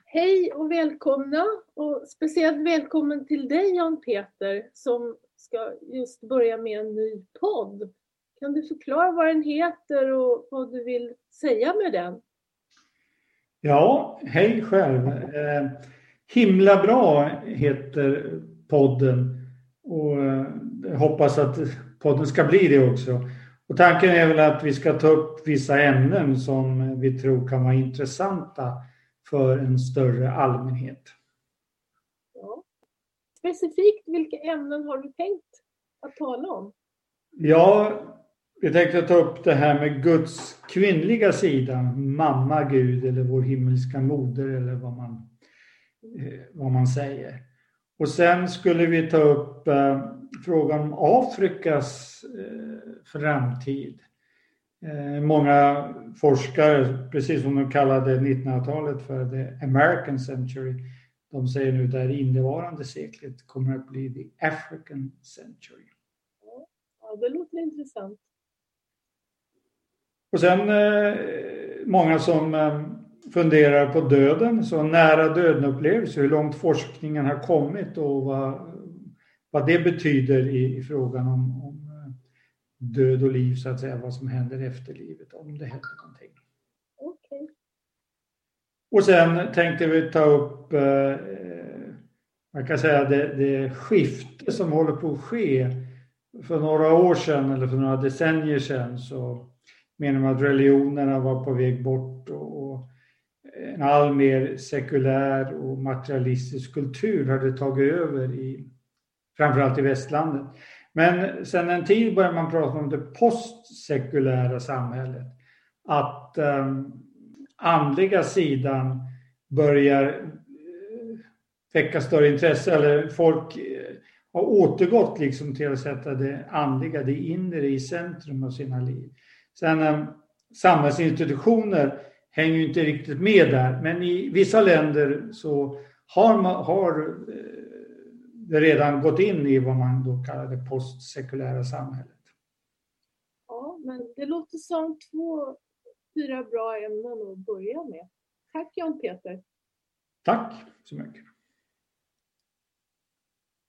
Hej och välkomna, och speciellt välkommen till dig Jan Peter som ska just börja med en ny podd. Kan du förklara vad den heter och vad du vill säga med den? Ja, hej själv. Himla bra heter podden och jag hoppas att podden ska bli det också. Och tanken är väl att vi ska ta upp vissa ämnen som vi tror kan vara intressanta för en större allmänhet. Ja. Specifikt vilka ämnen har du tänkt att tala om? Ja, vi tänkte ta upp det här med Guds kvinnliga sida, mamma Gud eller vår himmelska moder eller vad man säger. Och sen skulle vi ta upp frågan om Afrikas framtid. Många forskare, precis som de kallade 1900-talet för the American century, de säger nu att det innevarande seklet kommer att bli the African century. Ja, det låter intressant. Och sen många som funderar på döden, så nära döden-upplevelse, hur långt forskningen har kommit och vad det betyder i frågan om död och liv, så att säga, vad som händer efter livet, om det händer någonting. Okay. Och sen tänkte vi ta upp man kan säga det skifte som håller på att ske. För några år sedan eller för några decennier sedan så menar man att religionerna var på väg bort och en all mer sekulär och materialistisk kultur hade tagit över framförallt i västlandet. Men sedan en tid börjar man prata om det postsekulära samhället. Att andliga sidan börjar väcka större intresse, eller folk har återgått liksom till att sätta det andliga, det inre i centrum av sina liv. Sen samhällsinstitutioner hänger ju inte riktigt med där, men i vissa länder så har det redan gått in i vad man då kallar det postsekulära samhället. Ja, men det låter som 4 bra ämnen att börja med. Tack Jan Peter. Tack så mycket.